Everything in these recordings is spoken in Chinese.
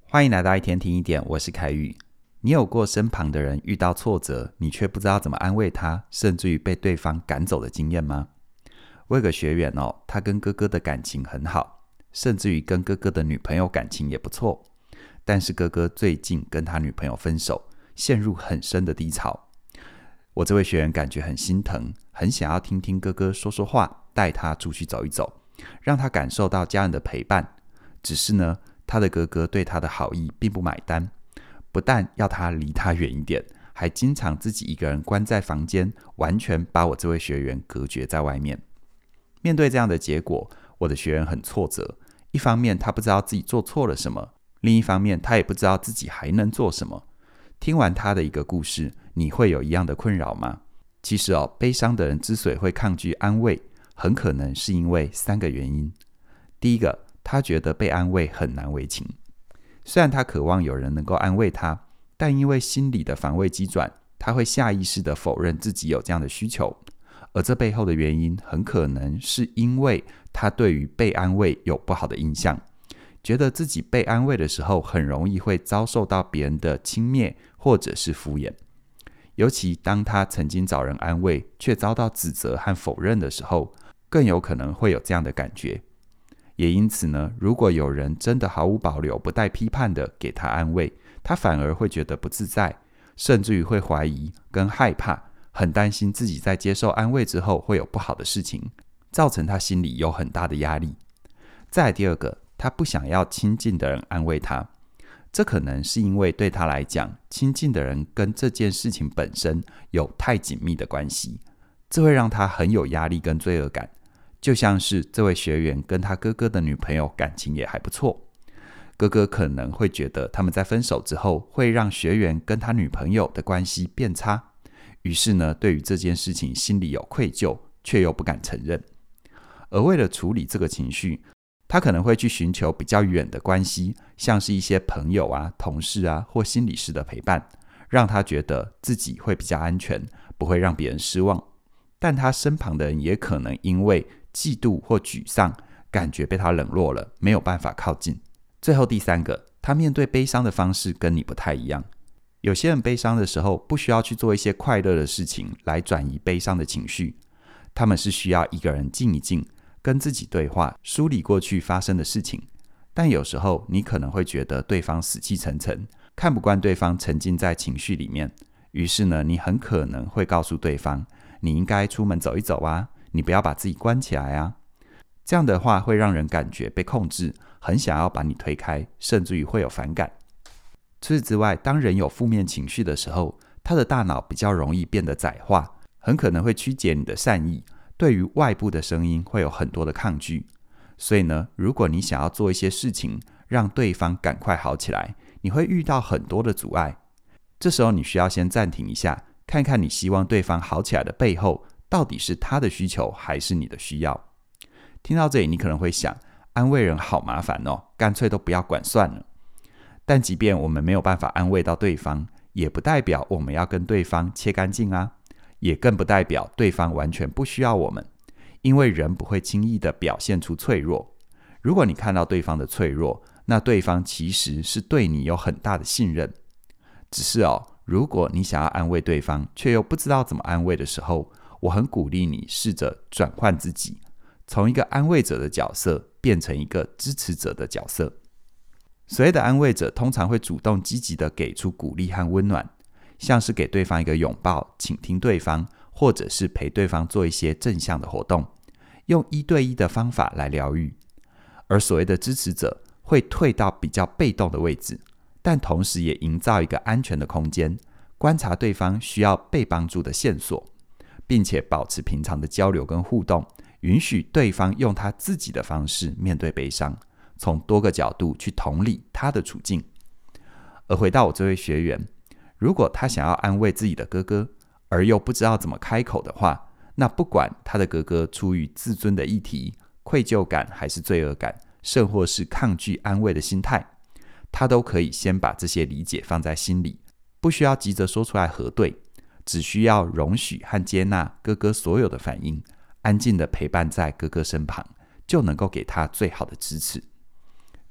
欢迎来到一天听一点，我是凯宇。你有过身旁的人遇到挫折，你却不知道怎么安慰他，甚至于被对方赶走的经验吗？我有个学员他跟哥哥的感情很好，甚至于跟哥哥的女朋友感情也不错。但是哥哥最近跟他女朋友分手，陷入很深的低潮。我这位学员感觉很心疼，很想要听听哥哥说说话，带他出去走一走，让他感受到家人的陪伴。只是呢，他的哥哥对他的好意并不买单，不但要他离他远一点，还经常自己一个人关在房间，完全把我这位学员隔绝在外面。面对这样的结果，我的学员很挫折。一方面他不知道自己做错了什么，另一方面他也不知道自己还能做什么。听完他的一个故事，你会有一样的困扰吗？其实悲伤的人之所以会抗拒安慰，很可能是因为3个原因。第一个，他觉得被安慰很难为情。虽然他渴望有人能够安慰他，但因为心理的防卫机转，他会下意识地否认自己有这样的需求。而这背后的原因很可能是因为他对于被安慰有不好的印象，觉得自己被安慰的时候很容易会遭受到别人的轻蔑或者是敷衍。尤其当他曾经找人安慰却遭到指责和否认的时候，更有可能会有这样的感觉。也因此呢，如果有人真的毫无保留不带批判的给他安慰，他反而会觉得不自在，甚至于会怀疑跟害怕，很担心自己在接受安慰之后会有不好的事情，造成他心里有很大的压力。再来第二个，他不想要亲近的人安慰他。这可能是因为对他来讲，亲近的人跟这件事情本身有太紧密的关系，这会让他很有压力跟罪恶感。就像是这位学员跟他哥哥的女朋友感情也还不错，哥哥可能会觉得他们在分手之后会让学员跟他女朋友的关系变差，于是呢，对于这件事情心里有愧疚，却又不敢承认。而为了处理这个情绪，他可能会去寻求比较远的关系，像是一些朋友啊、同事啊或心理师的陪伴，让他觉得自己会比较安全，不会让别人失望。但他身旁的人也可能因为嫉妒或沮丧，感觉被他冷落了，没有办法靠近。最后第三个，他面对悲伤的方式跟你不太一样。有些人悲伤的时候不需要去做一些快乐的事情来转移悲伤的情绪，他们是需要一个人静一静，跟自己对话，梳理过去发生的事情。但有时候你可能会觉得对方死气沉沉，看不惯对方沉浸在情绪里面，于是呢，你很可能会告诉对方，你应该出门走一走啊，你不要把自己关起来啊。这样的话会让人感觉被控制，很想要把你推开，甚至于会有反感。除此之外，当人有负面情绪的时候，他的大脑比较容易变得窄化，很可能会曲解你的善意，对于外部的声音会有很多的抗拒。所以呢，如果你想要做一些事情让对方赶快好起来，你会遇到很多的阻碍。这时候你需要先暂停一下，看看你希望对方好起来的背后，到底是他的需求还是你的需要。听到这里，你可能会想，安慰人好麻烦干脆都不要管算了。但即便我们没有办法安慰到对方，也不代表我们要跟对方切干净啊，也更不代表对方完全不需要我们。因为人不会轻易的表现出脆弱。如果你看到对方的脆弱，那对方其实是对你有很大的信任。只是如果你想要安慰对方，却又不知道怎么安慰的时候，我很鼓励你试着转换自己，从一个安慰者的角色变成一个支持者的角色。所谓的安慰者通常会主动积极的给出鼓励和温暖，像是给对方一个拥抱，倾听对方，或者是陪对方做一些正向的活动，用1对1的方法来疗愈。而所谓的支持者会退到比较被动的位置，但同时也营造一个安全的空间，观察对方需要被帮助的线索，并且保持平常的交流跟互动，允许对方用他自己的方式面对悲伤，从多个角度去同理他的处境。而回到我这位学员，如果他想要安慰自己的哥哥，而又不知道怎么开口的话，那不管他的哥哥出于自尊的议题、愧疚感还是罪恶感，甚或是抗拒安慰的心态，他都可以先把这些理解放在心里，不需要急着说出来核对，只需要容许和接纳哥哥所有的反应，安静的陪伴在哥哥身旁，就能够给他最好的支持。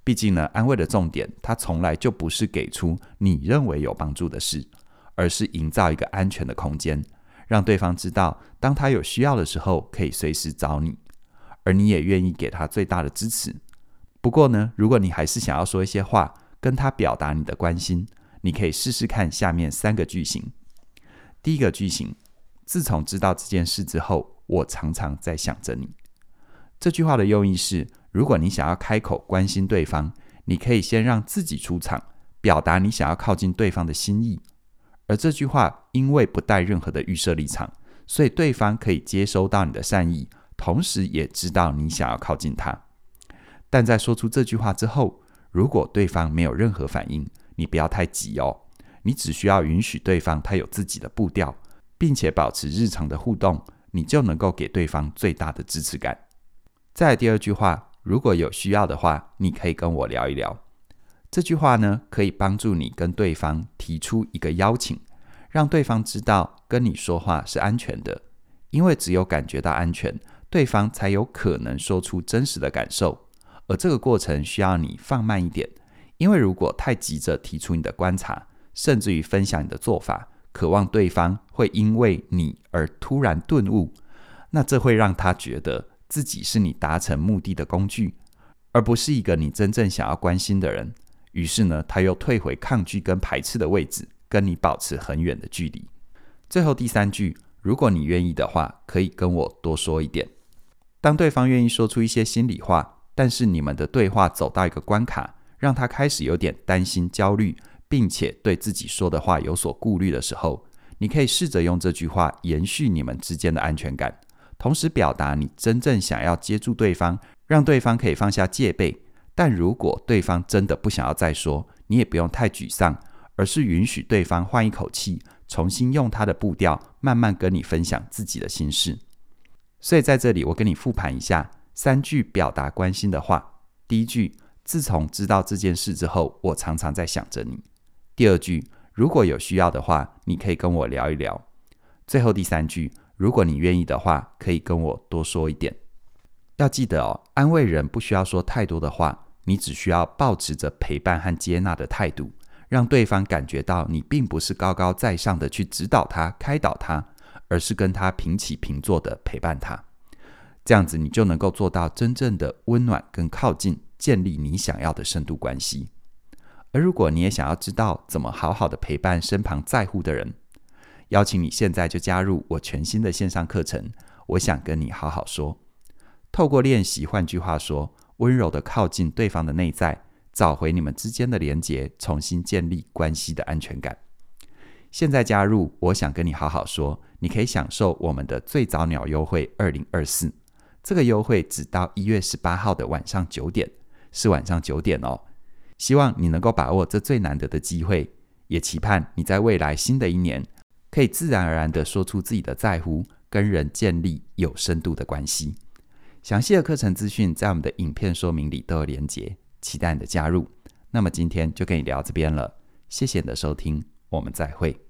毕竟呢，安慰的重点，它从来就不是给出你认为有帮助的事，而是营造一个安全的空间，让对方知道，当他有需要的时候，可以随时找你，而你也愿意给他最大的支持。不过呢，如果你还是想要说一些话，跟他表达你的关心，你可以试试看下面3个句型。第一个句型，自从知道这件事之后，我常常在想着你。这句话的用意是，如果你想要开口关心对方，你可以先让自己出场，表达你想要靠近对方的心意。而这句话因为不带任何的预设立场，所以对方可以接收到你的善意，同时也知道你想要靠近他。但在说出这句话之后，如果对方没有任何反应，你不要太急哦，你只需要允许对方他有自己的步调，并且保持日常的互动，你就能够给对方最大的支持感。再来第2句话，如果有需要的话，你可以跟我聊一聊。这句话呢，可以帮助你跟对方提出一个邀请，让对方知道跟你说话是安全的，因为只有感觉到安全，对方才有可能说出真实的感受。而这个过程需要你放慢一点，因为如果太急着提出你的观察，甚至于分享你的做法，渴望对方会因为你而突然顿悟，那这会让他觉得自己是你达成目的的工具，而不是一个你真正想要关心的人。于是呢，他又退回抗拒跟排斥的位置，跟你保持很远的距离。最后第3句，如果你愿意的话，可以跟我多说一点。当对方愿意说出一些心里话，但是你们的对话走到一个关卡，让他开始有点担心、焦虑，并且对自己说的话有所顾虑的时候，你可以试着用这句话延续你们之间的安全感，同时表达你真正想要接住对方，让对方可以放下戒备。但如果对方真的不想要再说，你也不用太沮丧，而是允许对方换一口气，重新用他的步调，慢慢跟你分享自己的心事。所以在这里，我跟你复盘一下3句表达关心的话。第1句，自从知道这件事之后，我常常在想着你。第2句，如果有需要的话，你可以跟我聊一聊。最后第3句，如果你愿意的话，可以跟我多说一点。要记得哦，安慰人不需要说太多的话，你只需要抱持着陪伴和接纳的态度，让对方感觉到你并不是高高在上的去指导他、开导他，而是跟他平起平坐的陪伴他。这样子你就能够做到真正的温暖跟靠近，建立你想要的深度关系。而如果你也想要知道怎么好好的陪伴身旁在乎的人，邀请你现在就加入我全新的线上课程，我想跟你好好说。透过练习，换句话说，温柔的靠近对方的内在，找回你们之间的连结，重新建立关系的安全感。现在加入我想跟你好好说，你可以享受我们的最早鸟优惠2024。这个优惠只到1月18号的晚上9点，是晚上9点哦。希望你能够把握这最难得的机会，也期盼你在未来新的一年，可以自然而然地说出自己的在乎，跟人建立有深度的关系。详细的课程资讯在我们的影片说明里都有连结，期待你的加入。那么今天就跟你聊这边了，谢谢你的收听，我们再会。